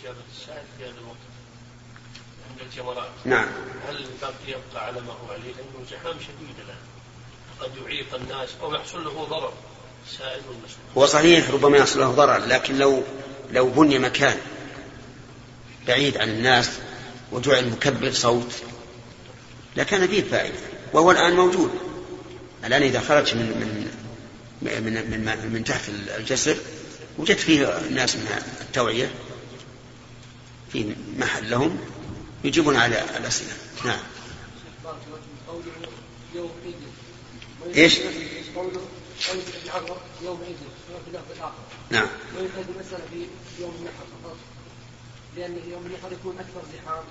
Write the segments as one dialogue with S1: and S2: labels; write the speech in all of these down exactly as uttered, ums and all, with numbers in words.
S1: إجابة السائل في هذا الوقت عند الجمرات.
S2: نعم.
S1: هل الباب يبقى على ما هو عليه لأنه زحام شديد الآن قد يعيق الناس أو يحصل له ضرر سائل والمسؤول؟
S2: هو صحيح ربما يحصل له ضرر، لكن لو لو بني مكان بعيد عن الناس وجعل مكبر صوت لكان فيه فائدة، وهو الآن موجود. الآن إذا خرج من من من من, من تحت الجسر وجدت فيه ناس من التوعية في محل لهم يجيبون على الأسئلة. نعم. إيش؟ نعم.
S3: ويؤكد المسألة في يوم النحر فقط، لأن يوم النحر يكون أكثر زحام.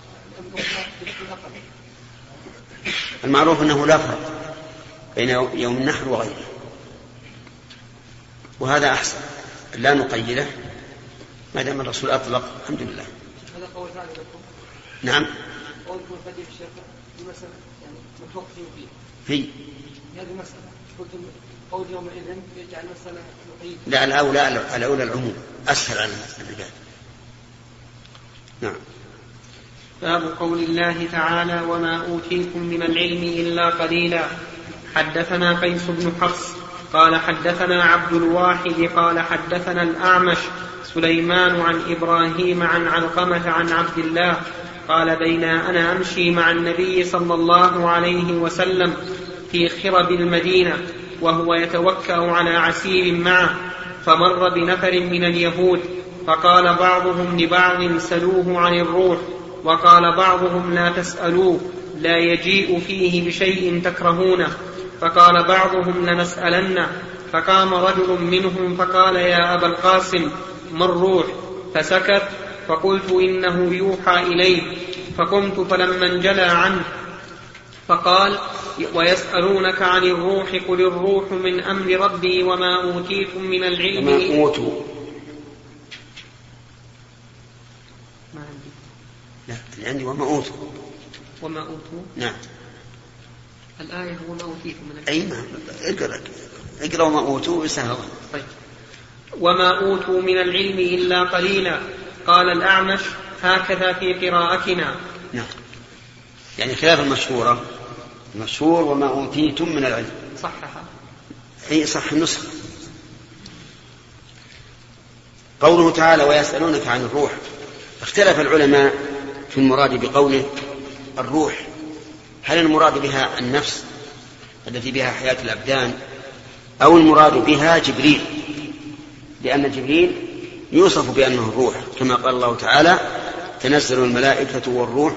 S2: المعروف أنه لا فرق بين يوم النحر وغيره، وهذا أحسن لا نقيده ما دام الرسول أطلق. الحمد لله.
S3: هذا قول ثاني لكم.
S2: نعم.
S3: قولكم فدي الشيخ في مسألة يعني متوقفين فيه.
S2: في.
S3: هذه مسألة قلت قول يومئذ يجعل مسألة مقيدة.
S2: لا الأولى الأولى العموم أسهل على العباد. نعم.
S4: باب قول الله تعالى وما أوتيكم من العلم إلا قليلا. حدثنا قيس بن حفص قال حدثنا عبد الواحد قال حدثنا الأعمش سليمان عن إبراهيم عن علقمة عن عبد الله قال بينا أنا أمشي مع النبي صلى الله عليه وسلم في خرب المدينة وهو يتوكأ على عسير معه، فمر بنفر من اليهود فقال بعضهم لبعض سلوه عن الروح، وقال بعضهم لا تسألوه لا يجيء فيه بشيء تكرهونه، فقال بعضهم لنسألنه. فقام رجل منهم فقال يا أبا القاسم ما الروح؟ فسكت، فقلت إنه يوحى إليه، فقمت فلما انجلى عنه فقال ويسألونك عن الروح قل الروح من أمر ربي وما أوتيتم من العلم.
S2: وما أوتوا.
S4: ما عندي.
S2: لا عندي وما أوتوا.
S4: وما أوتوا.
S2: نعم.
S4: الآية وما أوتيتم من العلم.
S2: أي ما اقرأ اقرأ وما أوتوا بسهل.
S4: طيب. وما أوتوا من العلم إلا قليلا. قال الأعمش هكذا في قراءتنا.
S2: نعم. يعني خلاف المشهورة. المشهور وما أوتيتم من العلم.
S4: صحها.
S2: أي صح النسخة. قوله تعالى ويسألونك عن الروح، اختلف العلماء في المراد بقوله الروح، هل المراد بها النفس التي بها حياة الأبدان أو المراد بها جبريل، لأن جبريل يوصف بأنه الروح كما قال الله تعالى تنزل الملائكة والروح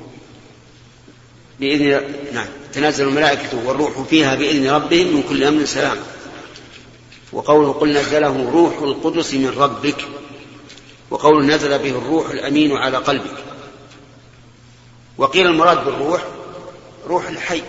S2: بإذن نعم تنزل الملائكة والروح فيها بإذن ربهم من كل أمر سلام. وقوله قل نزله روح القدس من ربك، وقول نزل به الروح الأمين على قلبك. وقيل المراد بالروح روح الحي.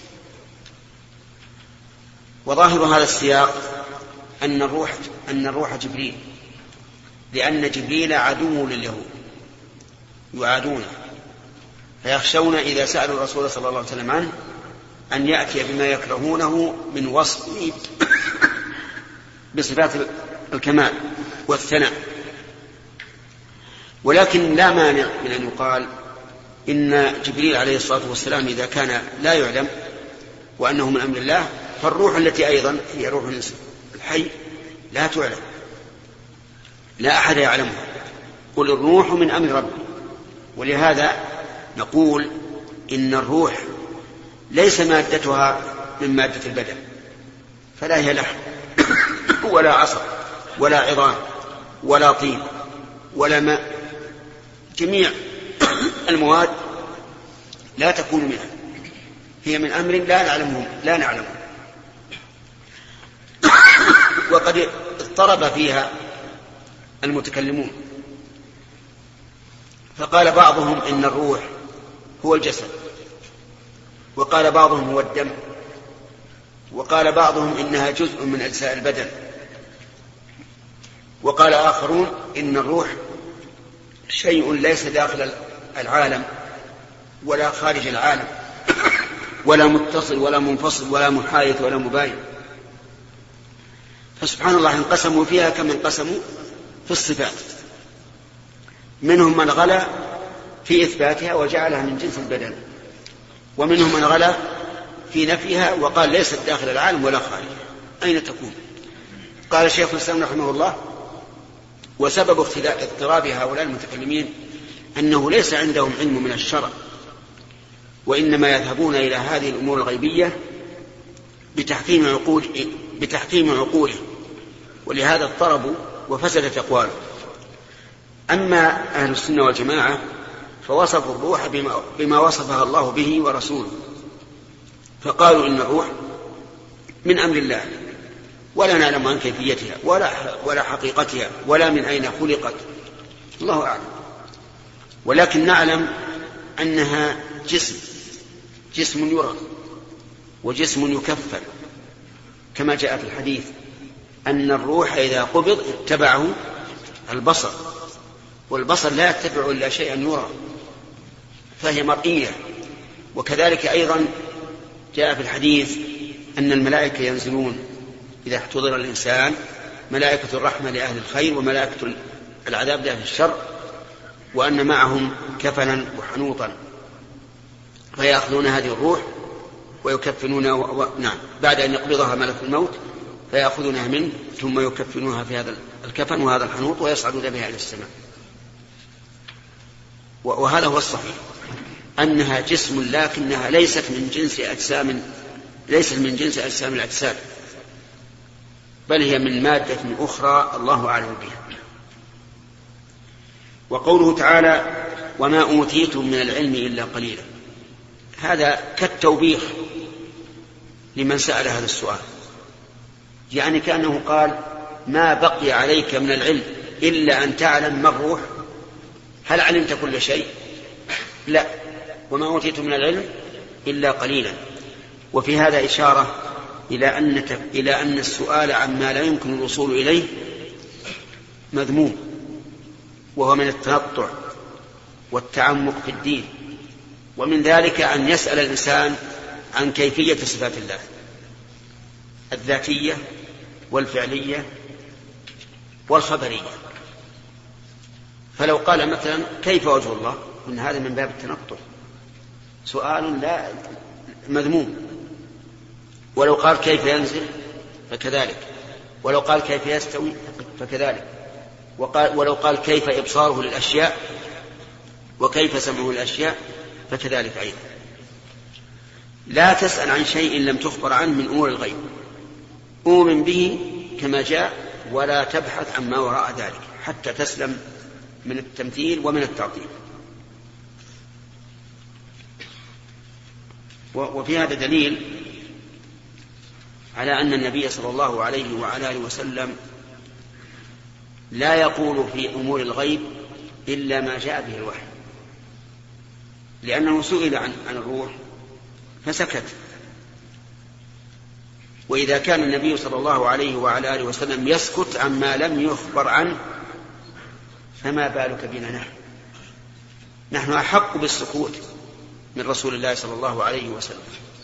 S2: وظاهر هذا السياق أن الروح أن الروح جبريل، لأن جبريل عدو لليهود يعادونه، فيخشون إذا سألوا الرسول صلى الله عليه وسلم عنه أن يأتي بما يكرهونه من وصفه بصفات الكمال والثناء. ولكن لا مانع من أن يقال إن جبريل عليه الصلاة والسلام إذا كان لا يعلم وأنه من أمر الله، فالروح التي أيضا هي روح الحي لا تعلم، لا أحد يعلمها. قل الروح من أمر ربي. ولهذا نقول إن الروح ليس مادتها من مادة البدن، فلا هي لحم ولا عصب ولا عظام ولا طين ولا ماء، جميع المواد لا تكون منها، هي من أمر لا نعلمه لا نعلمه وقد اضطرب فيها المتكلمون، فقال بعضهم إن الروح هو الجسد، وقال بعضهم هو الدم، وقال بعضهم إنها جزء من أجزاء البدن، وقال آخرون إن الروح شيء ليس داخل العالم ولا خارج العالم ولا متصل ولا منفصل ولا محايد ولا مباين. فسبحان الله انقسموا فيها كما انقسموا في الصفات. منهم من غلا في إثباتها وجعلها من جنس البدن، ومنهم من غلا في نفيها وقال ليست داخل العالم ولا خارج. أين تكون؟ قال الشيخ الإسلام رحمه الله: وسبب اضطراب هؤلاء المتكلمين أنه ليس عندهم علم من الشرع، وإنما يذهبون إلى هذه الأمور الغيبية بتحكيم عقول بتحكيم عقوله، ولهذا اضطربوا وفسدت أقواله. أما أهل السنة والجماعة فوصفوا الروح بما, بما وصفها الله به ورسوله، فقالوا إن الروح من أمر الله، ولا نعلم عن كيفيتها ولا, ولا حقيقتها ولا من أين خلقت، الله أعلم، ولكن نعلم أنها جسم جسم يرى وجسم يكفل، كما جاء في الحديث أن الروح إذا قبض اتبعه البصر، والبصر لا يتبع إلا شيئا يرى، فهي مرئية. وكذلك أيضا جاء في الحديث أن الملائكة ينزلون إذا احتضر الإنسان، ملائكة الرحمة لأهل الخير وملائكة العذاب لأهل الشر، وأن معهم كفنا وحنوطا، فيأخذون هذه الروح ويكفنون و... و... نعم بعد أن يقبضها ملك الموت فيأخذونها منه ثم يكفنونها في هذا الكفن وهذا الحنوط ويصعدون بها إلى السماء. و... وهذا هو الصحيح، أنها جسم لكنها ليست من جنس أجسام ليست من جنس أجسام الأجساد، بل هي من مادة أخرى الله أعلم بها. وقوله تعالى: وما أوتيتم من العلم إلا قليلا، هذا كالتوبيخ لمن سأل هذا السؤال، يعني كأنه قال: ما بقي عليك من العلم إلا أن تعلم ما الروح، هل علمت كل شيء؟ لا، وما أوتيتم من العلم إلا قليلا. وفي هذا إشارة إلى أن إلى أن السؤال عما لا يمكن الوصول إليه مذموم، وهو من التنطع والتعمق في الدين، ومن ذلك أن يسأل الإنسان عن كيفية صفات الله الذاتية والفعلية والخبرية. فلو قال مثلا: كيف وجه الله؟ إن هذا من باب التنطع، سؤال لا مذموم. ولو قال: كيف ينزل؟ فكذلك. ولو قال: كيف يستوي؟ فكذلك. وقال ولو قال: كيف إبصاره للأشياء وكيف سمعه للأشياء؟ فكذلك أيضا. لا تسأل عن شيء لم تخبر عنه من أمور الغيب، أؤمن به كما جاء ولا تبحث عن ما وراء ذلك حتى تسلم من التمثيل ومن التعطيل. وفي هذا دليل على أن النبي صلى الله عليه وعلى آله وسلم لا يقول في أمور الغيب إلا ما جاء به الوحي، لأنه سئل عن عن الروح فسكت. وإذا كان النبي صلى الله عليه وعلى آله وسلم يسكت عما لم يخبر عنه فما بالك بنا نحن نحن أحق بالسكوت من رسول الله صلى الله عليه وسلم.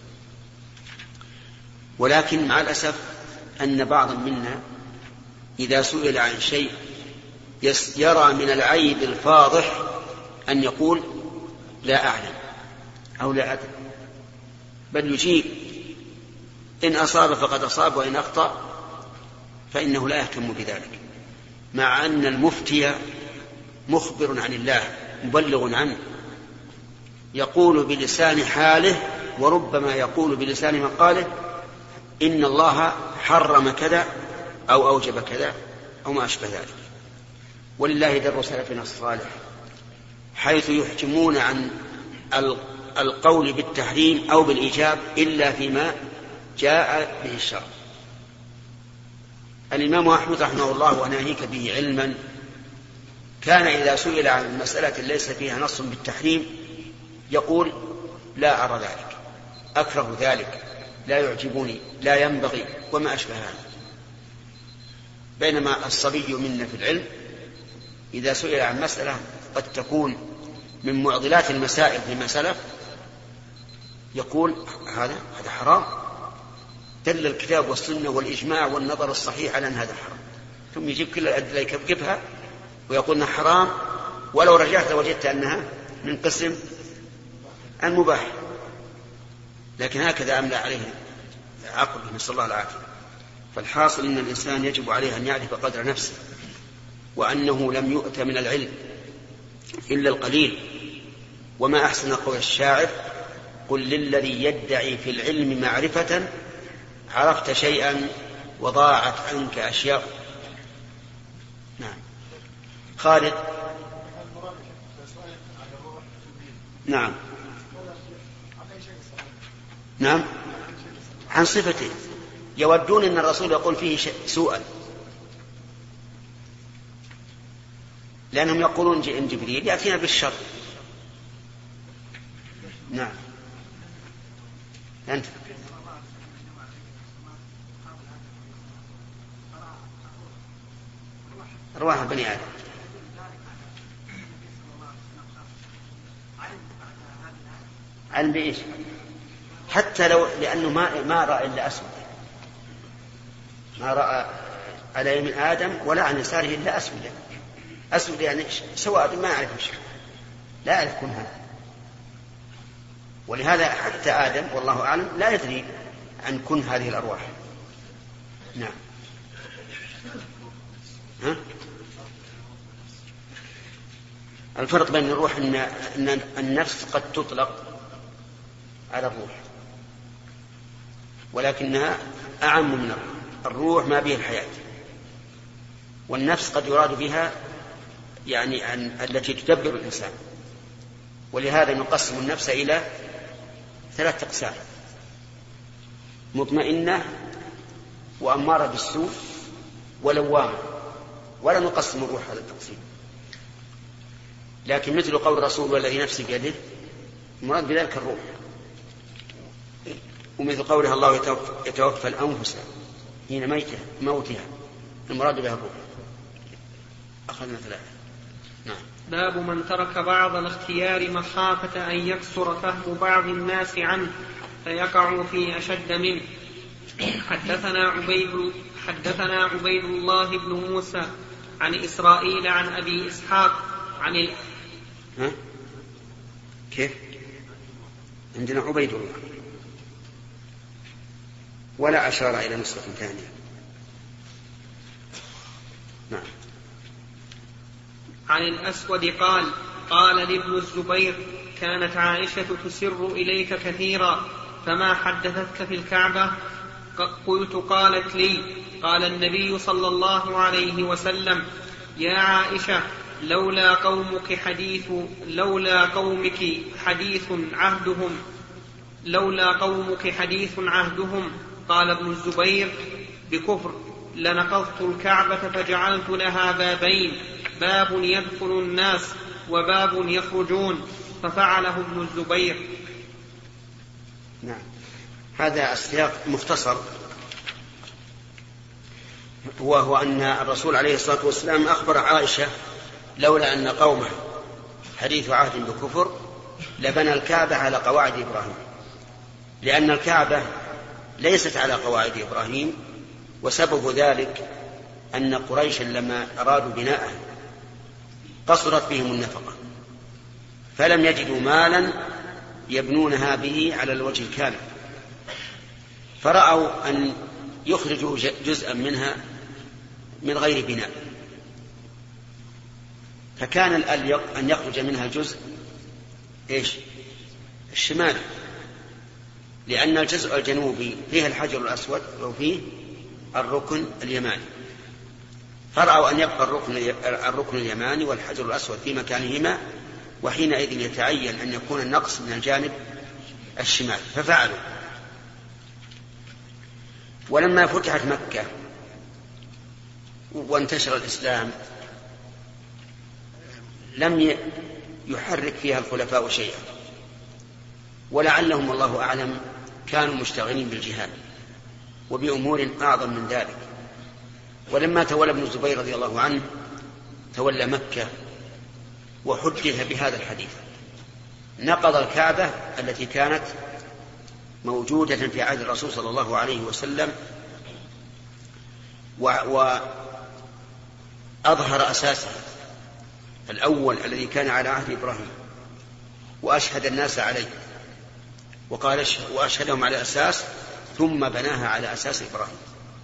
S2: ولكن مع الأسف أن بعضا منا إذا سئل عن شيء يرى من العيب الفاضح أن يقول: لا أعلم أو لا أدري، بل يجيب إن أصاب فقد أصاب وإن أخطأ فإنه لا يهتم بذلك، مع أن المفتي مخبر عن الله مبلغ عنه، يقول بلسان حاله وربما يقول بلسان مقاله: إن الله حرم كذا أو أوجب كذا أو ما أشبه ذلك. ولله در سلفنا الصالح حيث يحكمون عن القول بالتحريم أو بالإيجاب إلا فيما جاء به الشرع. الإمام أحمد رحمه الله وناهيك به علما كان إذا سئل عن مسألة ليس فيها نص بالتحريم يقول: لا أرى ذلك، أكره ذلك، لا يعجبني، لا ينبغي، وما أشبه هذا. بينما الصبي منا في العلم إذا سئل عن مسألة قد تكون من معضلات المسائل فيما سلف يقول: هذا هذا حرام، دل الكتاب والسنة والإجماع والنظر الصحيح على أن هذا حرام، ثم يجيب كل الأدلة يكذبها ويقول إنه حرام ولو رجعت وجدت أنها من قسم المباح، لكن هكذا أملأ عليه عقله، نسأل الله العافية. فالحاصل أن الإنسان يجب عليه أن يعرف قدر نفسه، وأنه لم يؤت من العلم إلا القليل. وما أحسن قول الشاعر: قل للذي يدعي في العلم معرفة عرفت شيئا وضاعت عنك أشياء. نعم. خالد. نعم نعم عن صفته، يودون أن الرسول يقول فيه سوءا، لأنهم يقولون إن جبريل يأتينا بالشر. نعم. أنت أرواح بني آدم. علم بإيش؟ حتى لو لأنه ما ما رأى إلا أسود، ما رأى على يمين آدم ولا عن يساره إلا أسود. أسود يعني سواد ما يعرف شيء، لا يعرف كن هذا. ولهذا حتى آدم والله أعلم لا يدري عن كن هذه الأرواح. نعم. ها؟ الفرق بين الروح أن أن النفس قد تطلق على الروح، ولكنها أعم من الروح. الروح ما به الحياة، والنفس قد يراد بها يعني أن التي تدبر الإنسان. ولهذا نقسم النفس إلى ثلاث أقسام: مطمئنة، وأمارة بالسوء، ولوامة. ولا نقسم الروح هذا التقسيم. لكن مثل قول الرسول: والذي نفسي بيده، المراد بذلك الروح. ومثل قولها: الله يتوفى الأنفس حين موتها، المراد بها الروح. أخذنا ثلاثة. نعم.
S4: باب من ترك بعض الاختيار مخافة أن يكسر فهم بعض الناس عنه فيقع في أشد منه. حدثنا عبيد حدثنا عبيد الله بن موسى عن إسرائيل عن أبي إسحاق عن ال...
S2: ها؟ كيف؟ عندنا عبيد الله ولا أشار إلى نسخة ثانية. نعم.
S4: عن الأسود قال: قال لابن الزبير: كانت عائشة تسر إليك كثيرا، فما حدثتك في الكعبة؟ قلت: قالت لي: قال النبي صلى الله عليه وسلم: يا عائشة، لولا قومك حديث لولا قومك حديث عهدهم لولا قومك حديث عهدهم. قال ابن الزبير: بكفر لنقضت الكعبة فجعلت لها بابين، باب يدخل الناس وباب يخرجون، ففعله ابن الزبير.
S2: نعم. هذا السياق مختصر، وهو أن الرسول عليه الصلاة والسلام أخبر عائشة: لولا أن قومه حديث عهد بكفر لبنى الكعبة على قواعد إبراهيم، لأن الكعبة ليست على قواعد إبراهيم، وسبب ذلك أن قريشا لما أرادوا بناءها قصرت بهم النفقة، فلم يجدوا مالا يبنونها به على الوجه الكامل، فرأوا أن يخرجوا جزءا منها من غير بناء، فكان الأليق أن يخرج منها الجزء إيش؟ الشمالي، لأن الجزء الجنوبي فيه الحجر الأسود وفيه الركن اليماني، فرأوا أن يبقى الركن, الركن اليماني والحجر الأسود في مكانهما، وحينئذ يتعين أن يكون النقص من الجانب الشمالي، ففعلوا. ولما فتحت مكة وانتشر الإسلام لم يحرك فيها الخلفاء شيئا، ولعلهم والله أعلم كانوا مشتغلين بالجهاد وبأمور أعظم من ذلك. ولما تولى ابن الزبير رضي الله عنه تولى مكة وحدث بهذا الحديث، نقض الكعبة التي كانت موجودة في عهد الرسول صلى الله عليه وسلم، وأظهر أساسها الأول الذي كان على عهد إبراهيم وأشهد الناس عليه وقال وأشهدهم على أساس ثم بناها على أساس إبراهيم،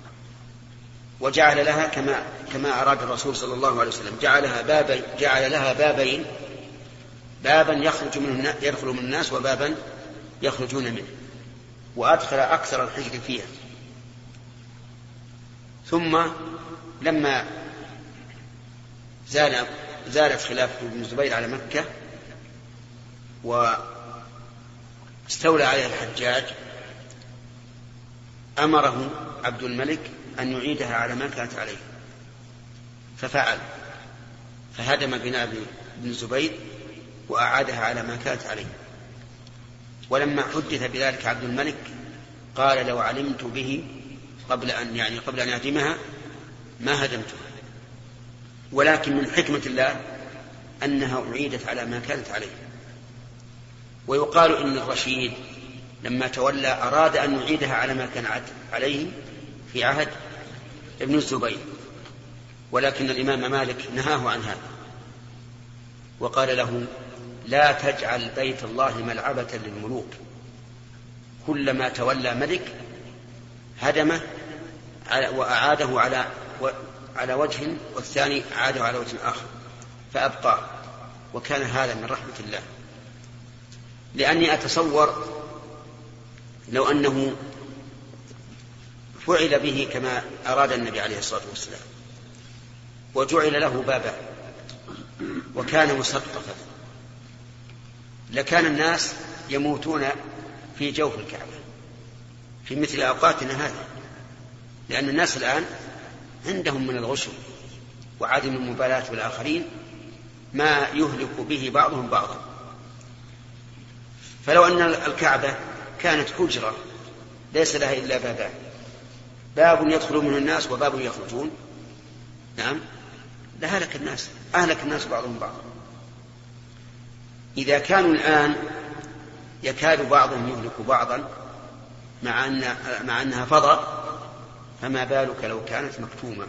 S2: وجعل لها كما كما أراد الرسول صلى الله عليه وسلم، جعلها بابين، جعل لها بابين، بابا يخرج منه يدخل من الناس وبابا يخرجون منه، وأدخل أكثر الحجر فيها. ثم لما زال زالت خلافة ابن الزبير على مكة واستولى عليها الحجاج، أمره عبد الملك أن يعيدها على ما كانت عليه، ففعل، فهدم بناء ابن الزبير وأعادها على ما كانت عليه. ولما حدث بذلك عبد الملك قال لو علمت به قبل أن يعني قبل أن يهدمها ما هدمتها، ولكن من حكمة الله أنها أعيدت على ما كانت عليه. ويقال إن الرشيد لما تولى أراد أن يعيدها على ما كان عليه في عهد ابن الزبير، ولكن الإمام مالك نهاه عن هذا وقال له لا تجعل بيت الله ملعبة للملوك، كلما تولى ملك هدمه وأعاده على على وجه والثاني أعاده على وجه آخر فأبقاه، وكان هذا من رحمة الله. لأني أتصور لو أنه فعل به كما أراد النبي عليه الصلاة والسلام وجعل له بابا وكان مسقفا لكان الناس يموتون في جوف الكعبة في مثل أوقاتنا هذه، لأن الناس الآن عندهم من الغشم وعدم المبالاة بالآخرين ما يهلك به بعضهم بعضا. فلو أن الكعبة كانت حجرة ليس لها إلا بابان، باب يدخل منه الناس وباب يخرجون، نعم لهلك الناس، أهلك الناس بعضهم بعضا. إذا كانوا الآن يكاد بعضهم يهلك بعضا مع, أن مع أنها فضاء، فما بالك لو كانت مكتومة.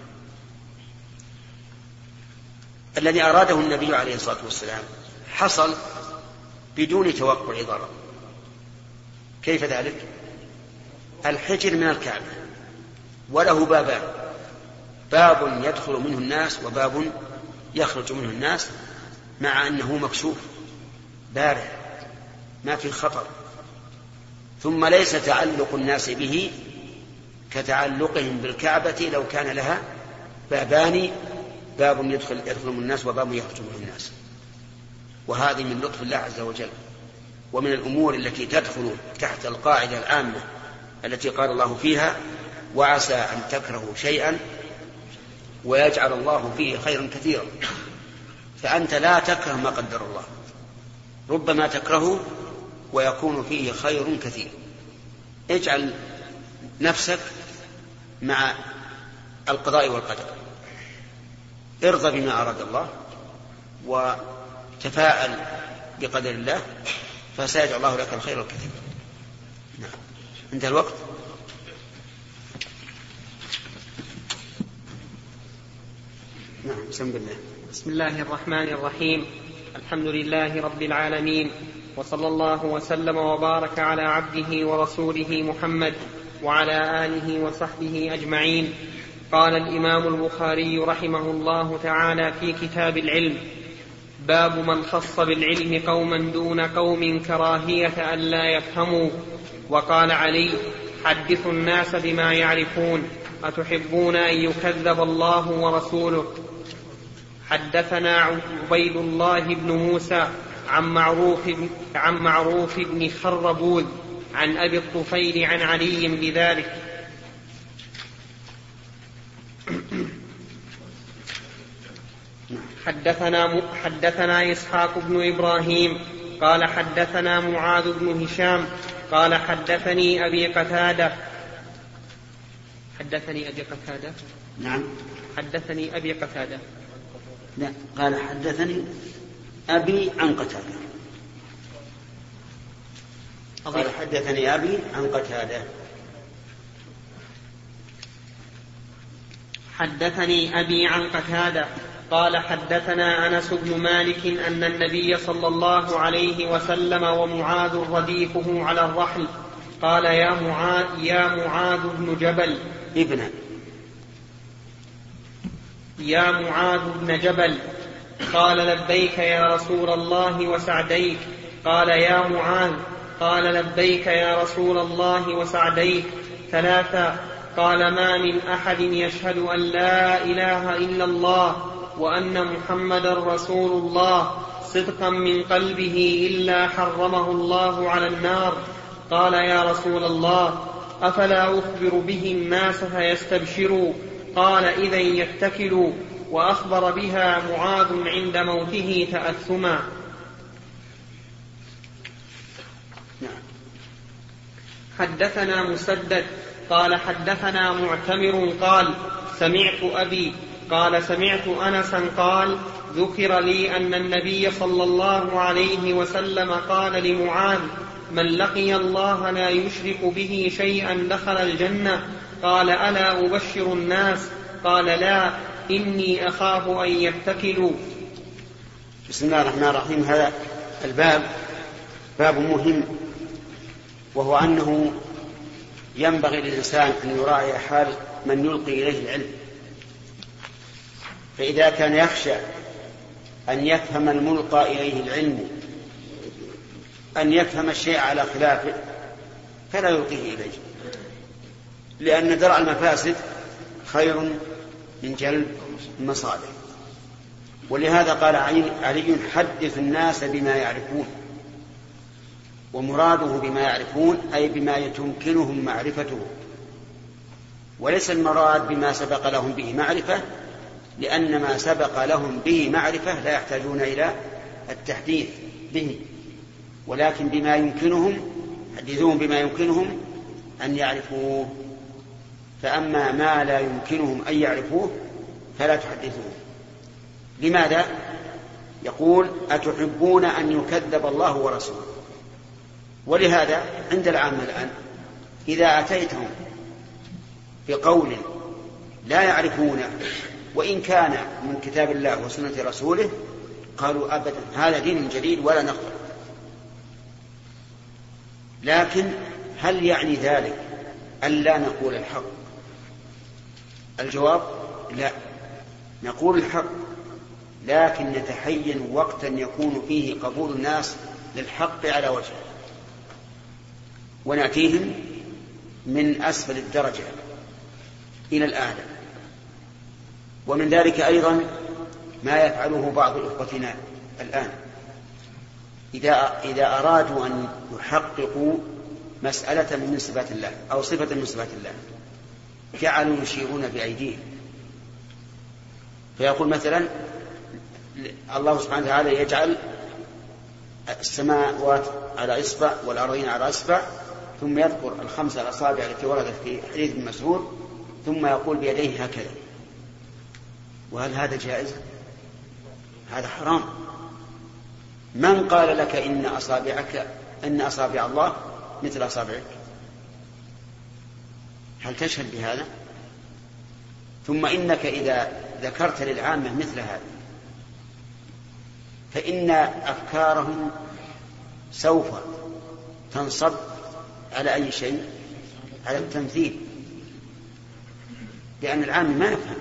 S2: الذي أراده النبي عليه الصلاة والسلام حصل بدون توقع ضرر. كيف ذلك؟ الحجر من الكعبة وله بابان، باب يدخل منه الناس وباب يخرج منه الناس، مع أنه مكشوف بارع ما في خطر. ثم ليس تعلق الناس به كتعلقهم بالكعبة لو كان لها بابان، باب يدخل يدخل من الناس وباب يخرج منه الناس. وهذه من لطف الله عز وجل، ومن الأمور التي تدخل تحت القاعدة العامة التي قال الله فيها وعسى أن تكرهوا شيئا ويجعل الله فيه خيرا كثيرا. فأنت لا تكره ما قدر الله، ربما تكرهه ويكون فيه خير كثير. اجعل نفسك مع القضاء والقدر، ارضى بما أراد الله وتفاءل بقدر الله فسيجعل الله لك الخير الكثير. نعم. انتهى الوقت. نعم. بسم الله.
S4: بسم الله الرحمن الرحيم. الحمد لله رب العالمين، وصلى الله وسلم وبارك على عبده ورسوله محمد وعلى آله وصحبه أجمعين. قال الإمام البخاري رحمه الله تعالى في كتاب العلم: باب من خص بالعلم قوما دون قوم كراهية أن لا يفهموا. وقال علي: حدثوا الناس بما يعرفون، أتحبون أن يكذب الله ورسوله؟ حدثنا عبيد الله بن موسى عن معروف عن معروف بن خربوذ عن أبي الطفيل عن علي بذلك. حدثنا حدثنا إسحاق بن إبراهيم قال حدثنا معاذ بن هشام قال حدثني أبي قتادة حدثني أبي قتادة
S2: نعم
S4: حدثني أبي قتادة
S2: لا قال حدثني أبي عن قتادة قال حدثني أبي عن قتادة
S4: حدثني أبي عن قتادة قال حدثنا أنس بن مالك أن النبي صلى الله عليه وسلم ومعاذ رديفه على الرحل قال يا معاذ, يا معاذ بن جبل
S2: ابن
S4: يا معاذ بن جبل قال لبيك يا رسول الله وسعديك قال يا معاذ قال لبيك يا رسول الله وسعديك ثلاثا قال ما من أحد يشهد أن لا إله إلا الله وأن محمدا رسول الله صدقا من قلبه إلا حرمه الله على النار. قال يا رسول الله أفلا أخبر به الناس فيستبشروا؟ قال إذن يتكلوا. وأخبر بها معاذ عند موته تأثما. حدثنا مسدد قال حدثنا معتمر قال سمعت أبي قال سمعت أنسا قال ذكر لي أن النبي صلى الله عليه وسلم قال لمعاذ من لقي الله لا يشرك به شيئا دخل الجنة. قال ألا أبشر الناس؟ قال لا إني أخاف أن يتكلوا.
S2: بسم الله الرحمن الرحيم. هذا الباب باب مهم، وهو أنه ينبغي للإنسان أن يراعي حال من يلقي إليه العلم، فإذا كان يخشى أن يفهم الملقى إليه العلم أن يفهم الشيء على خلافه فلا يلقيه إليه، لأن درء المفاسد خير من جلب المصالح. ولهذا قال علي حدث الناس بما يعرفون، ومراده بما يعرفون أي بما يتمكنهم معرفته، وليس المراد بما سبق لهم به معرفة، لأن ما سبق لهم به معرفة لا يحتاجون إلى التحديث به، ولكن بما يمكنهم حدثوهم بما يمكنهم أن يعرفوه. فأما ما لا يمكنهم أن يعرفوه فلا تحدثوه. لماذا؟ يقول أتحبون أن يكذب الله ورسوله. ولهذا عند العامة الآن إذا أتيتهم بقول لا يعرفونه وإن كان من كتاب الله وسنة رسوله قالوا أبدا هذا دين جديد ولا نقبل. لكن هل يعني ذلك أن لا نقول الحق؟ الجواب لا، نقول الحق، لكن نتحين وقتا يكون فيه قبول الناس للحق على وجهه، ونأتيهم من أسفل الدرجة إلى الأعلى. ومن ذلك أيضا ما يفعله بعض إخوتنا الآن إذا, إذا أرادوا أن يحققوا مسألة من صفات الله أو صفة من صفات الله جعلوا يشيرون بأيديهم، فيقول مثلا الله سبحانه وتعالى يجعل السماوات على إصبع والأرضين على إصبع، ثم يذكر الخمس الأصابع التي وردت في حديث ابن مسعود، ثم يقول بيديه هكذا. وهل هذا جائز؟ هذا حرام. من قال لك إن أصابعك أن أصابع الله مثل أصابعك؟ هل تشهد بهذا؟ ثم إنك إذا ذكرت للعامة مثل هذا فإن أفكارهم سوف تنصب على أي شيء؟ على التمثيل، لأن العام ما يفهم.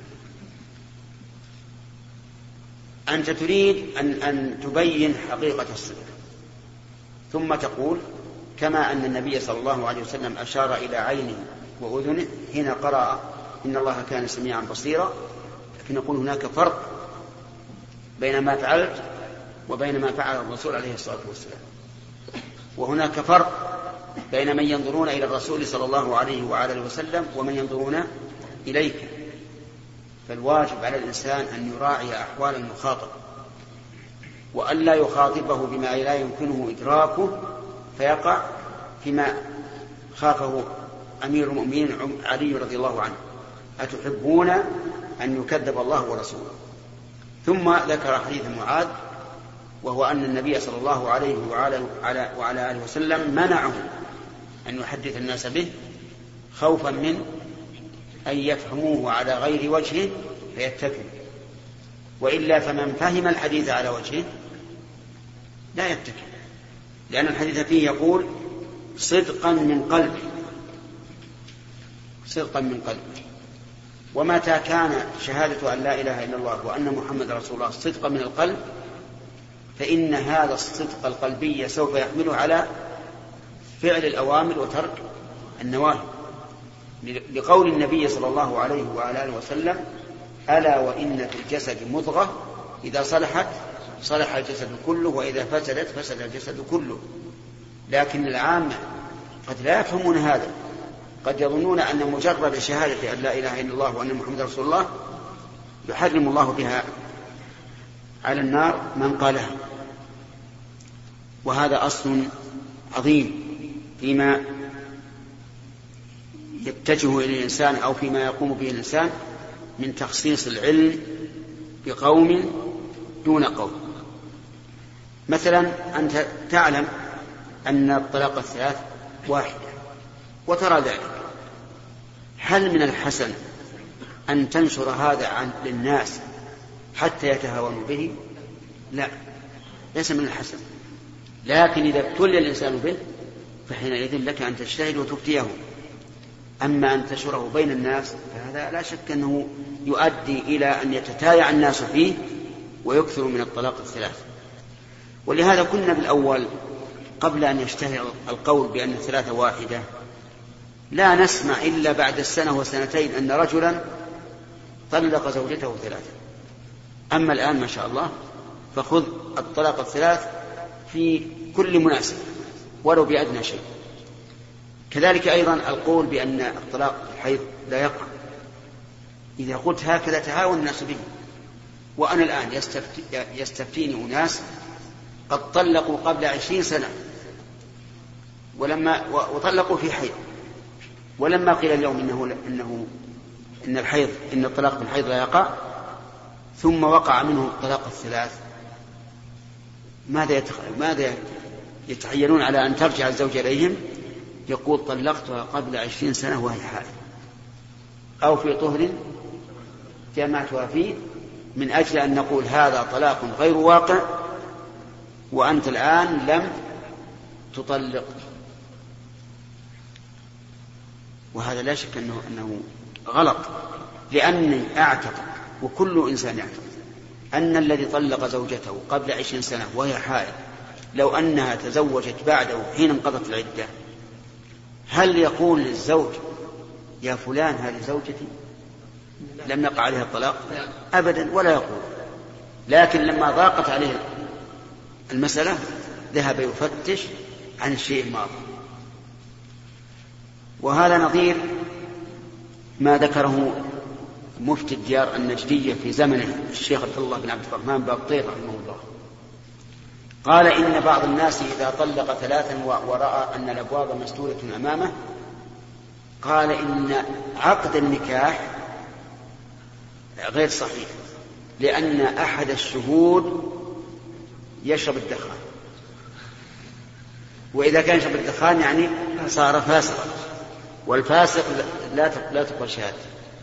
S2: أنت تريد أن, أن تبين حقيقة الصدق، ثم تقول كما أن النبي صلى الله عليه وسلم أشار إلى عينه وأذنه حين قرأ إن الله كان سميعا بصيرا، لكن نقول هناك فرق بين ما فعلت وبين ما فعل الرسول عليه الصلاة والسلام، وهناك فرق بين من ينظرون إلى الرسول صلى الله عليه وعلى وسلم ومن ينظرون إليك. فالواجب على الإنسان أن يراعي أحوال المخاطب، وأن لا يخاطبه بما لا يمكنه إدراكه فيقع فيما خافه أمير المؤمنين علي رضي الله عنه: أتحبون أن يكذب الله ورسوله. ثم ذكر حديث معاذ، وهو أن النبي صلى الله عليه وعلى, وعلى آله وسلم منعه أن يحدث الناس به خوفا من أن يفهموه على غير وجهه فيتكلوا. وإلا فمن فهم الحديث على وجهه لا يتكل، لأن الحديث فيه يقول صدقا من قلبه، صدقا من قلبه. ومتى كان شهادة أن لا إله إلا الله وأن محمد رسول الله صدقا من القلب، فإن هذا الصدق القلبي سوف يحمله على فعل الأوامر وترك النواهي، لقول النبي صلى الله عليه وعلى آله وسلم: ألا وإن في الجسد مضغة إذا صلحت صلح الجسد كله وإذا فسدت فسد الجسد كله. لكن العامة قد لا يفهمون هذا، قد يظنون أن مجرد شهادة أن لا إله إلا الله وأن محمد رسول الله يحرم الله بها على النار من قالها. وهذا أصل عظيم فيما يتجه إلى الإنسان أو فيما يقوم به الإنسان من تخصيص العلم بقوم دون قوم. مثلا أنت تعلم أن الطلاق الثلاث واحدة وترى ذلك، هل من الحسن أن تنشر هذا عن للناس حتى يتهاونوا به؟ لا، ليس من الحسن. لكن إذا ابتلي الإنسان به فحينئذ لك أن تجتهد وتفتيه. أما أن تنشره بين الناس فهذا لا شك أنه يؤدي إلى أن يتتايع الناس فيه ويكثر من الطلاق الثلاث. ولهذا كنا بالأول قبل أن يشتهر القول بأن الثلاثة واحدة لا نسمع إلا بعد السنة وسنتين أن رجلا طلق زوجته ثلاثة. أما الآن ما شاء الله فخذ الطلاق الثلاث في كل مناسبة ولو بأدنى شيء. كذلك أيضا القول بأن الطلاق الحيض لا يقع، إذا قلت هكذا تهاون الناس به. وأنا الآن يستفتي يستفتيني أناس قد طلقوا قبل عشرين سنة ولما وطلقوا في حيض، ولما قيل اليوم إنه, إنه إن الحيض إن الطلاق بالحيض لا يقع ثم وقع منه الطلاق الثلاث، ماذا يتخ... ماذا يتحيلون على أن ترجع الزوج إليهم؟ يقول طلقتها قبل عشرين سنة وهي حائض أو في طهر جمعتها فيه، من أجل أن نقول هذا طلاق غير واقع وأنت الآن لم تطلق. وهذا لا شك أنه, أنه غلط، لأني أعتقد وكل إنسان يعتقد أن الذي طلق زوجته قبل عشرين سنة وهي حائض لو أنها تزوجت بعده حين انقضت العدة، هل يقول للزوج يا فلان هذه زوجتي لم يقع عليها الطلاق؟ أبدا، ولا يقول. لكن لما ضاقت عليه المسألة ذهب يفتش عن الشيء الماضي. وهذا نظير ما ذكره مفتي الديار النجدية في زمنه الشيخ عبد الله بن عبد الرحمن باقطير رحمه الله، قال إن بعض الناس إذا طلق ثلاثا ورأى أن الأبواب مسدودة أمامه قال إن عقد النكاح غير صحيح، لأن أحد الشهود يشرب الدخان، وإذا كان يشرب الدخان يعني صار فاسقا، والفاسق لا لا تقبل شهادته.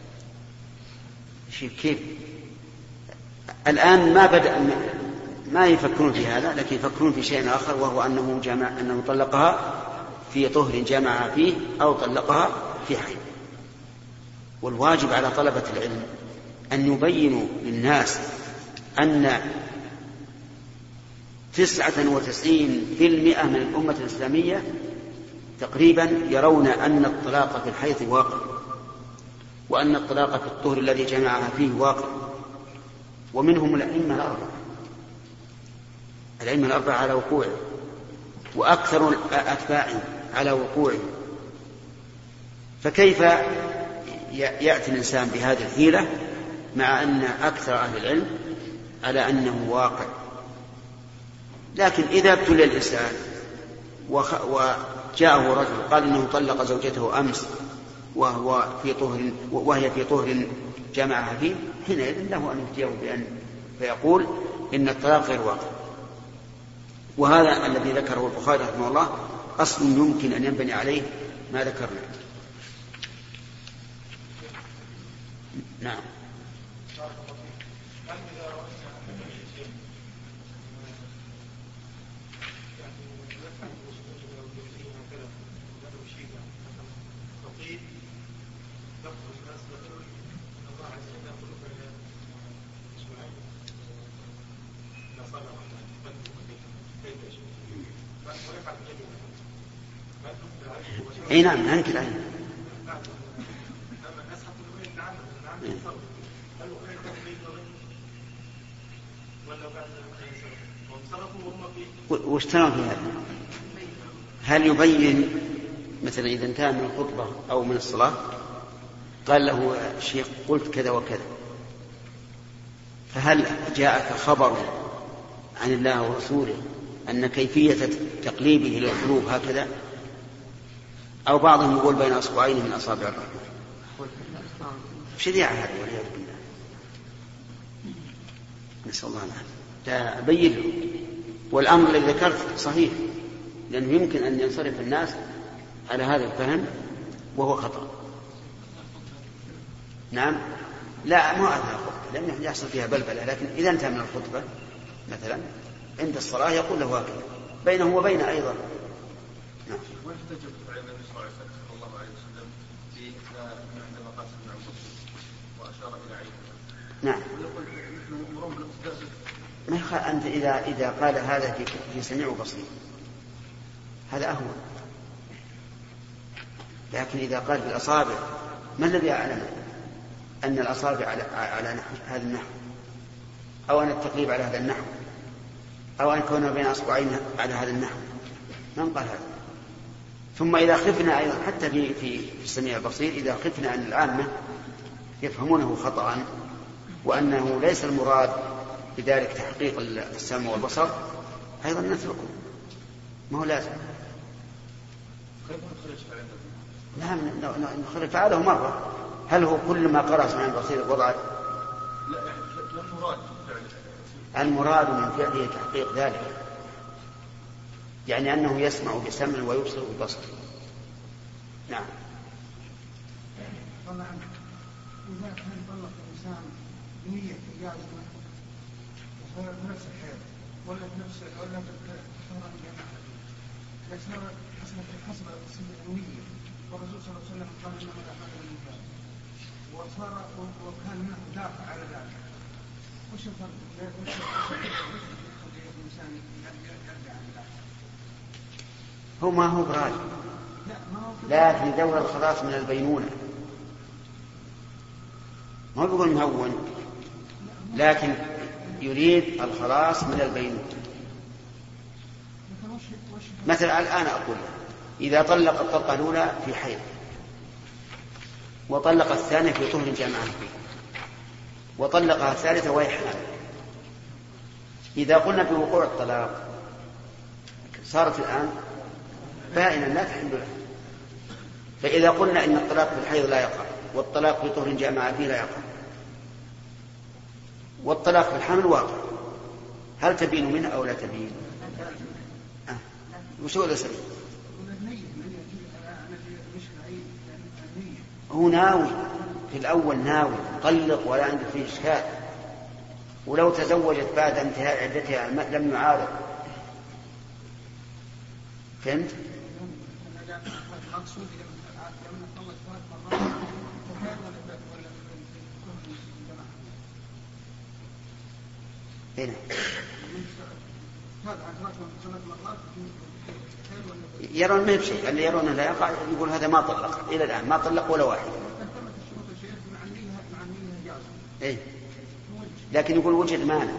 S2: كيف الآن ما بدأ ما يفكرون في هذا، لكن يفكرون في شيء آخر، وهو أنه جمع أنه طلقها في طهر جمعها فيه أو طلقها في حيض. والواجب على طلبة العلم أن يبينوا للناس أن تسعة وتسعين في المئة من الأمة الإسلامية تقريبا يرون أن الطلاق في الحيض واقع، وأن الطلاق في الطهر الذي جمعها فيه واقع. ومنهم الأئمة الأربعة الأئمة الأربعة على وقوعه، وأكثر الأتباع على وقوعه. فكيف يأتي الإنسان بهذه الحيلة مع أن أكثر أهل العلم على أنه واقع؟ لكن إذا ابتلي الإنسان وجاءه رجل قال إنه طلق زوجته أمس وهو في طهر وهي في طهر جمعها فيه، حينئذ له أن يفتيه بأن فيقول إن الطلاق غير واقع. وهذا الذي ذكره البخاري رحمه الله أصل يمكن أن ينبني عليه ما ذكرنا. نعم. اي نعم ننكر عليه. واشترى في هذا. هل يبين مثلا إذا انتهى من الخطبة أو من الصلاة قال له شيخ قلت كذا وكذا، فهل جاءك خبر عن الله ورسوله أن كيفية تقليبه للقلوب هكذا، أو بعضهم يقول بين أصبعين من أصابع الرحمن؟ شريعة هذه والعياذ بالله، نسأل الله العافية. تبين له. والأمر الذي ذكرت صحيح، لأنه يمكن أن ينصرف الناس على هذا الفهم وهو خطأ. نعم، لا ما أثناء الخطبة لأنه يحصل فيها بلبلة، لكن إذا انتهى من الخطبة مثلا عند الصلاة يقول له هكذا بينه وبين أيضا. نعم.
S5: واحتجب على النبي صلى الله عليه وسلم في عندما قال سمع البصير وأشار إلى عينه.
S2: نعم.
S5: ويقول نحن مأمورون بالاقتداء.
S2: ما يخال أنت إذا إذا قال هذا في في سميع وبصير هذا أهون، لكن إذا قال بالأصابع ما الذي أعلم أن الأصابع على على نحو هذا النحو، أو أن التقليب على هذا النحو، أو أن يكون بين أصبعين على هذا النحو؟ من قال هذا؟ ثم إذا خفنا أيضا حتى في في السميع البصير، إذا خفنا أن العامة يفهمونه خطأ وأنه ليس المراد بذلك تحقيق السمع والبصر أيضا نتركه، ما هو لازم. نعم نخرج فعله مرة. هل هو كل ما قرأ سمع البصير وضع؟
S5: لا، المراد
S2: المراد من فعله تحقيق ذلك، يعني أنه يسمع بسمع ويبصر ببصر. نعم.
S3: طبعا إذا كان طلق الإنسان بنية إيجاز بنفس الحيض ولا بنفس ولا بشهر الجماعة، لكن حسب حسب النية، والرسول صلى الله عليه وسلم قال إنما الأعمال بالنيات، وصار وكان منه دافع على ذلك. وش الفرق؟ وش الإنسان يرجع عن ذلك؟
S2: هو ما هو براج، لكن دور الخلاص من البينونة، ما بيقول مهون، لكن يريد الخلاص من البينونة. مثلا الآن أقول إذا طلق الطلقة الأولى في حيض وطلق الثانية في طهر جامعة فيه وطلقها الثالثة وهي حامل، إذا قلنا بوقوع الطلاق صارت الآن بائنا لا تحل له. فإذا قلنا إن الطلاق في الحيض لا يقع والطلاق في طهر جامعة فيه لا يقع والطلاق في الحمل واقع، هل تبين منه أو لا تبين؟ أه. وشو الأسئلة؟ هو ناوي في الأول، ناوي طلق ولا عنده فيه إشكال، ولو تزوجت بعد انتهاء عدتها لم يعارض. فهمت؟ هنا يرون ما بشيء، اللي يرون لا يقع يقول هذا ما طلق إلى الآن، ما طلق ولا واحد. إيه؟ لكن يقول وجد مانع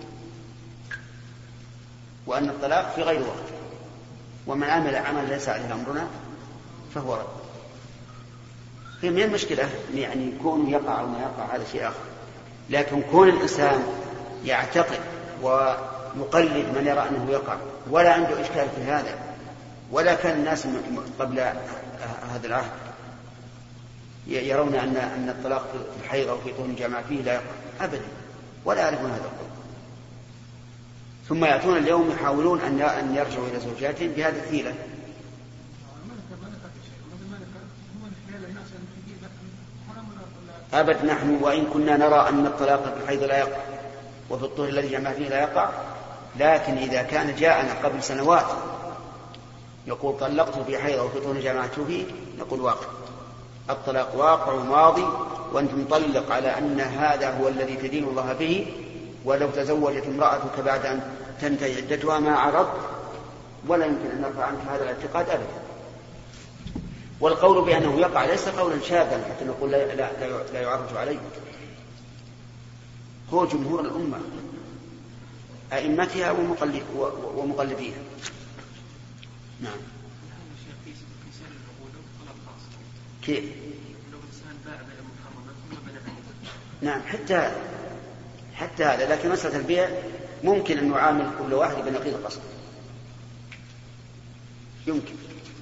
S2: وأن الطلاق في غير وقت، ومن عمل عمل ليس عليه أمرنا فهو رد. هي من المشكلة يعني يكون يقع أو ما يقع هذا شيء آخر، لكن كون الإنسان يعتقد ويقلد من يرى أنه يقع ولا عنده إشكال في هذا، ولا كان الناس قبل هذا العهد يرون أن أن الطلاق في الحيض أو في طهر الجامعة فيه لا يقع أبدا، ولا يعرفون هذا القول، ثم يأتون اليوم يحاولون أن أن يرجعوا إلى زوجاتهم بهذه الحيلة. أبد نحن وإن كنا نرى أن الطلاق في الحيض لا يقع وفي الطهر الذي جمع فيه لا يقع، لكن إذا كان جاءنا قبل سنوات يقول طلقت في حيض أو في طهر جمعت فيه، نقول واقع، الطلاق واقع ماضي، وأنت مطلق على أن هذا هو الذي تدين الله به، ولو تزوجت امرأتك بعد أن تنتهي عدتها ما عرضت، ولا يمكن أن نرفع عنك هذا الاعتقاد أبدا. والقول بأنه يقع ليس قولا شاذا حتى نقول لا, لا, لا يعرج عليه، هو جمهور الأمة أئمتها ومقلديها. نعم. كيف؟ نعم حتى حتى هذا، لكن مسألة البيع ممكن أن نعامل كل واحد بنقيض القصد، يمكن.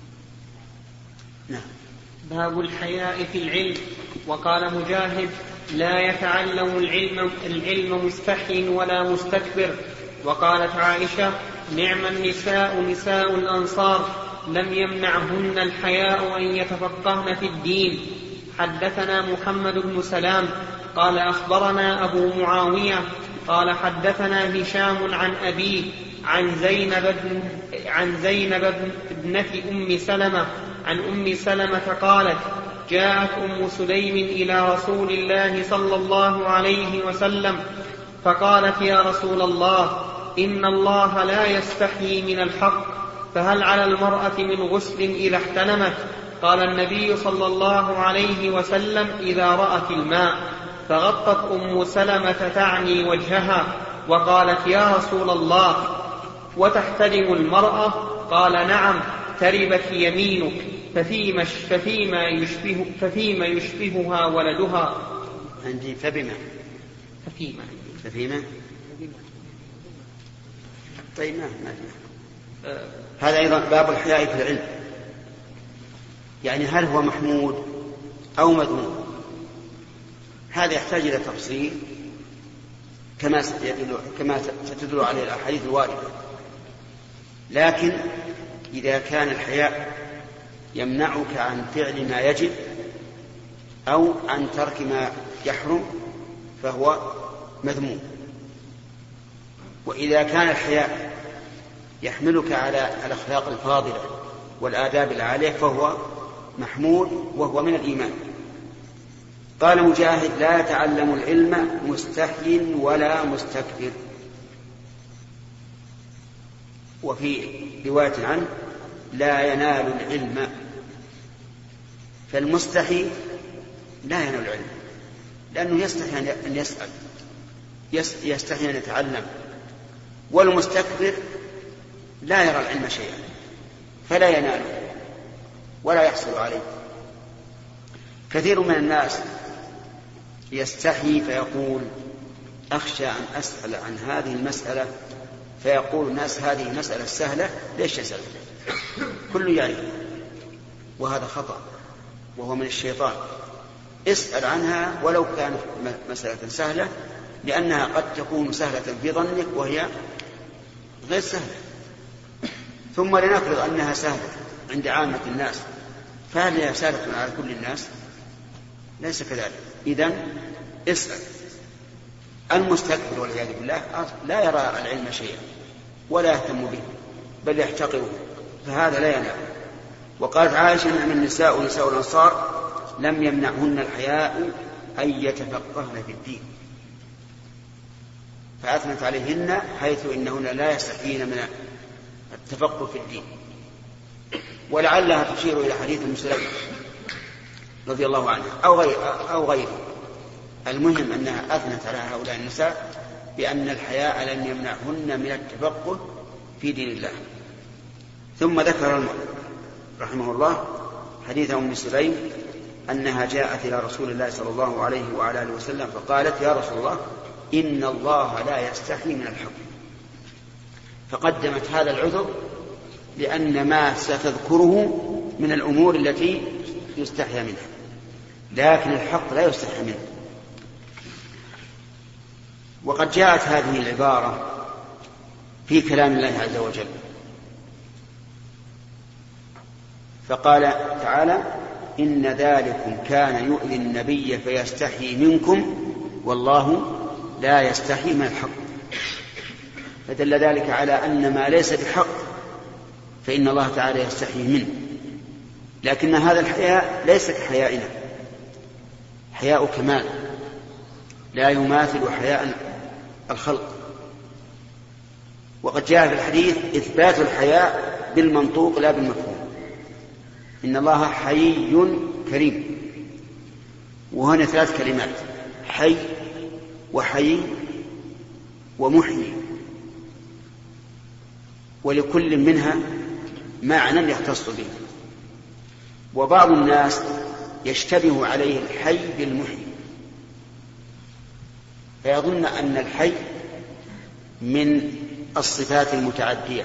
S2: نعم.
S4: باب الحياء في العلم. وقال مجاهد: لا يتعلم العلم, العلم مستحي ولا مستكبر. وقالت عائشة: نعم النساء نساء الأنصار لم يمنعهن الحياء أن يتفقهن في الدين. حدثنا محمد بن سلام قال أخبرنا أبو معاوية قال حدثنا هشام عن أبيه عن زينب, بن عن زينب ابنة أم سلمة عن أم سلمة قالت: جاءت أم سليم إلى رسول الله صلى الله عليه وسلم فقالت: يا رسول الله، إن الله لا يستحيي من الحق، فهل على المرأة من غسل إذا احتلمت؟ قال النبي صلى الله عليه وسلم: إذا رأت الماء. فغطت أم سلمة تعني وجهها وقالت: يا رسول الله، وتحتلم المرأة؟ قال: نعم، تربت يمينك. ففيما, ففيما, يشبه ففيما يشبهها ولدها.
S2: عندي فبما
S4: ففيما
S2: ففيما طيب ما أه هذا أيضا باب الحياء في العلم، يعني هل هو محمود أو مذموم؟ هذا يحتاج إلى تفصيل كما كما ستدل عليه الأحاديث الواردة. لكن إذا كان الحياء يمنعك عن فعل ما يجب أو عن ترك ما يحرم فهو مذموم. وإذا كان الحياء يحملك على الأخلاق الفاضلة والآداب العالية فهو محمود وهو من الإيمان. قال مجاهد: لا يتعلم العلم مستحي ولا مستكبر. وفي رواية عنه: لا ينال العلم. فالمستحي لا ينال العلم لأنه يستحي أن يسأل، يستحي أن يتعلم. والمستكبر لا يرى العلم شيئا فلا يناله ولا يحصل عليه. كثير من الناس يستحي فيقول: أخشى أن أسأل عن هذه المسألة، فيقول الناس: هذه مسألة سهلة ليش يسأل؟ كل يعرف. وهذا خطأ وهو من الشيطان. اسأل عنها ولو كانت مسألة سهلة، لأنها قد تكون سهلة في ظنك وهي غير سهلة. ثم لنفرض أنها سهلة عند عامة الناس، فهل هي سهلة على كل الناس؟ ليس كذلك. إذن اسأل. المستكبر والعياذ بالله لا يرى العلم شيئا ولا يهتم به بل يحتقره، فهذا لا ينال. وقالت عائشة: نعم النساء نساء الأنصار لم يمنعهن الحياء أن يتفقهن في الدين. فأثنت عليهن حيث إنهن لا يستحيين من التفقه في الدين. ولعلها تشير إلى حديث أم سلمة رضي الله عنها أو غير أو غيره. المهم أنها أثنت على هؤلاء النساء بأن الحياء لم يمنعهن من التفقه في دين الله. ثم ذكر رحمه الله حديث أم سليم أنها جاءت إلى رسول الله صلى الله عليه وعلى آله وسلم فقالت: يا رسول الله، إن الله لا يستحي من الحق. فقدمت هذا العذر لأن ما ستذكره من الأمور التي يستحيى منها، لكن الحق لا يستحيى منه. وقد جاءت هذه العبارة في كلام الله عز وجل، فقال تعالى: إن ذلكم كان يؤذي النبي فيستحيي منكم والله لا يستحيي من الحق. فدل ذلك على أن ما ليس بحق فإن الله تعالى يستحيي منه. لكن هذا الحياء ليس كحيائنا، حياء كمال لا يماثل حياء الخلق. وقد جاء في الحديث إثبات الحياء بالمنطوق لا بالمفهوم، إن الله حي كريم. وهنا ثلاث كلمات: حي وحي ومحيي، ولكل منها معنى يختص به. وبعض الناس يشتبه عليه الحي بالمحيي، فيظن أن الحي من الصفات المتعدية،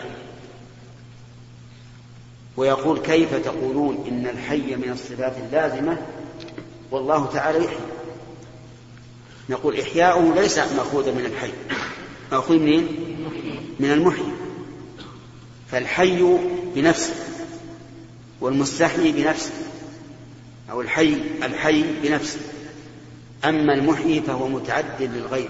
S2: ويقول: كيف تقولون إن الحي من الصفات اللازمة والله تعالى يحيي؟ نقول: إحياؤه ليس مأخوذا من الحي، مأخوذ منين؟ من المحيي. فالحي بنفسه والمستحيي بنفسه، أو الحي الحي بنفسه، أما المحيي فهو متعد للغير.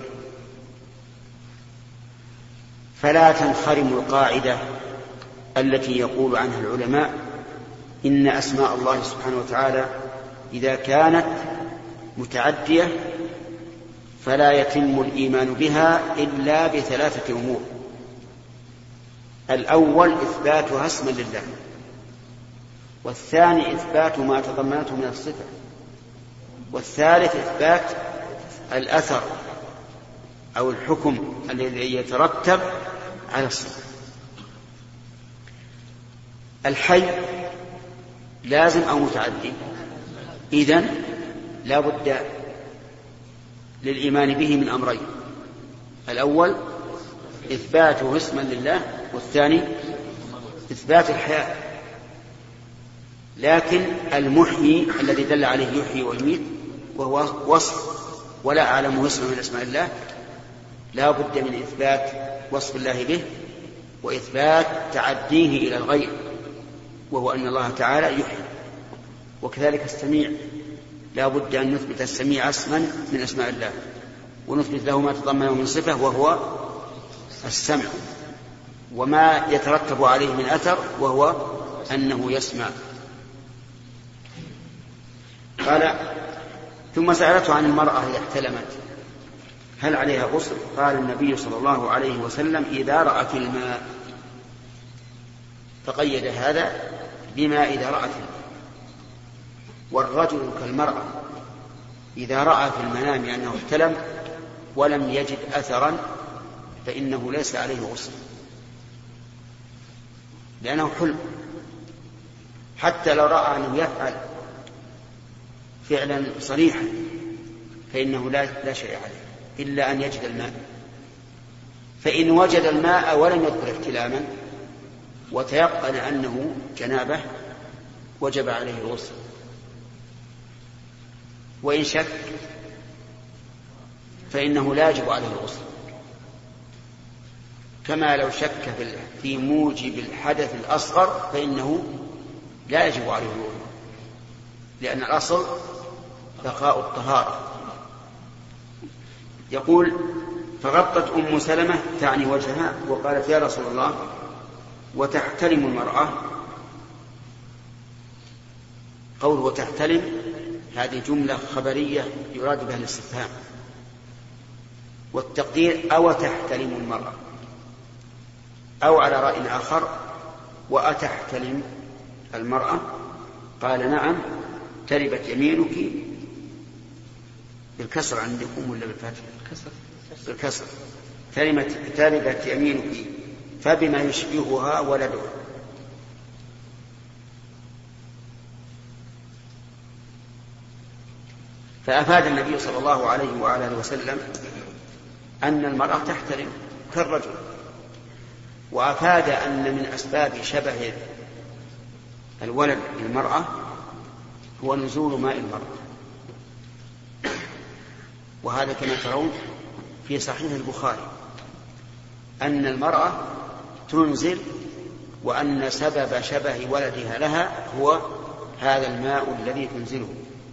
S2: فلا تنخرم القاعدة التي يقول عنها العلماء إن أسماء الله سبحانه وتعالى إذا كانت متعدية فلا يتم الإيمان بها إلا بثلاثة أمور: الأول إثباتها اسما لله، والثاني إثبات ما تضمنته من الصفة، والثالث إثبات الأثر أو الحكم الذي يترتب على الصفة. الحي لازم أو متعدي؟ إذن لا بد للإيمان به من أمرين: الأول إثباته اسما لله، والثاني إثبات الحياة. لكن المحيي الذي دل عليه يحيي ويميت وهو وصف ولا أعلمه اسم من اسماء الله، لا بد من إثبات وصف الله به وإثبات تعديه إلى الغير، وهو أن الله تعالى يحيي. وكذلك السميع، لا بد أن نثبت السميع اسما من اسماء الله، ونثبت له ما تضمنه من صفة وهو السمع، وما يترتب عليه من أثر وهو أنه يسمع. قال: ثم سألته عن المرأة إذا احتلمت هل عليها غسل؟ قال النبي صلى الله عليه وسلم: إذا رأت الماء. فقيد هذا بما إذا رأت الماء. والرجل كالمرأة إذا رأى في المنام أنه احتلم ولم يجد أثرا فإنه ليس عليه غسل، لأنه حلم. حتى لو رأى أنه يفعل فعلا صريحا فإنه لا, لا شيء عليه إلا أن يجد الماء. فإن وجد الماء ولم يذكر احتلاما وتيقن أنه جنابه وجب عليه الغسل. وإن شك فإنه لا يجب عليه الغسل، كما لو شك في موجب الحدث الأصغر فإنه لا يجب عليه الوضوء، لأن الأصل بقاء الطهارة. يقول: فغطت أم سلمة تعني وجهها وقالت: يا رسول الله، وتحتلم المرأة؟ قول وتحتلم هذه جملة خبرية يراد بها الاستفهام، والتقدير أو تحتلم المرأة، أو على رأي آخر وأتحتلم المرأة؟ قال: نعم، تربت يمينك بالكسر عندكم ولا بالفتح؟ بالكسر. تربت يمينك فبما يشبهها ولدها. فأفاد النبي صلى الله عليه وآله وسلم أن المرأة تحترم كالرجل، وأفاد أن من أسباب شبه الولد بالمرأة هو نزول ماء المرأة، وهذا كما ترون في صحيح البخاري أن المرأة تنزل، وأن سبب شبه ولدها لها هو هذا الماء الذي تنزله.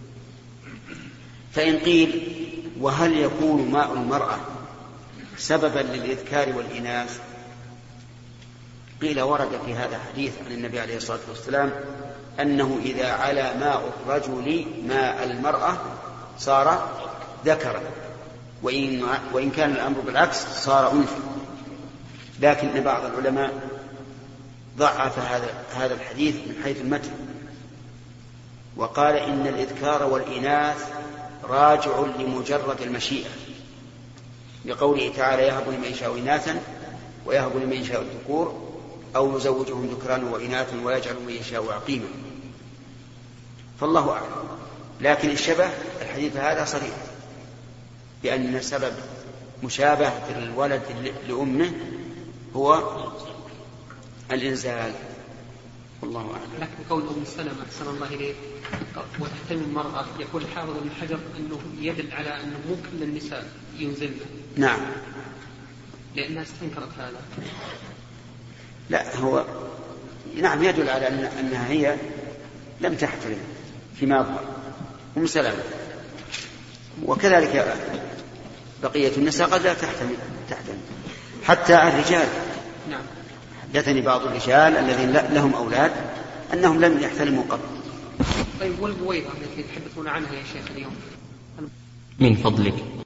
S2: فإن قيل: وهل يكون ماء المرأة سببا للإذكار والإناث؟ قيل: ورد في هذا حديث عن النبي عليه الصلاة والسلام أنه إذا علا ماء الرجل ماء المرأة صار ذكرا، وإن, وإن كان الأمر بالعكس صار أنفا. لكن بعض العلماء ضعف هذا هذا الحديث من حيث المتن، وقال إن الإذكار والإناث راجع لمجرد المشيئة، لقوله تعالى يهب لمن يشاء إناثا ويهب لمن يشاء الذكور أو يزوجهم ذكرانا وإناثا ويجعل من يشاء عقيما، فالله أعلم. لكن الشبه الحديث هذا صريح بأن سبب مشابهة الولد لأمه هو الإنزال، والله أعلم.
S4: لكن قول أم سلمة أحسن الله إليه وتحتمل المرأة، يقول الحافظ ابن حجر أنه يدل على أنه مو كل النساء ينزلن.
S2: نعم،
S4: لأنها استنكرت هذا.
S2: لا، هو نعم يدل على أن أنها هي لم تحترم فيما أظهر أم سلمة، وكذلك بقية النساء قد لا تحتمل تحتمل حتى الرجال.
S4: نعم.
S2: حدثني بعض الرجال الذين لهم أولاد أنهم لم يحتلموا قبل.
S4: طيب والبويضة التي تحدثون عنها يا شيخ اليوم
S6: من فضلك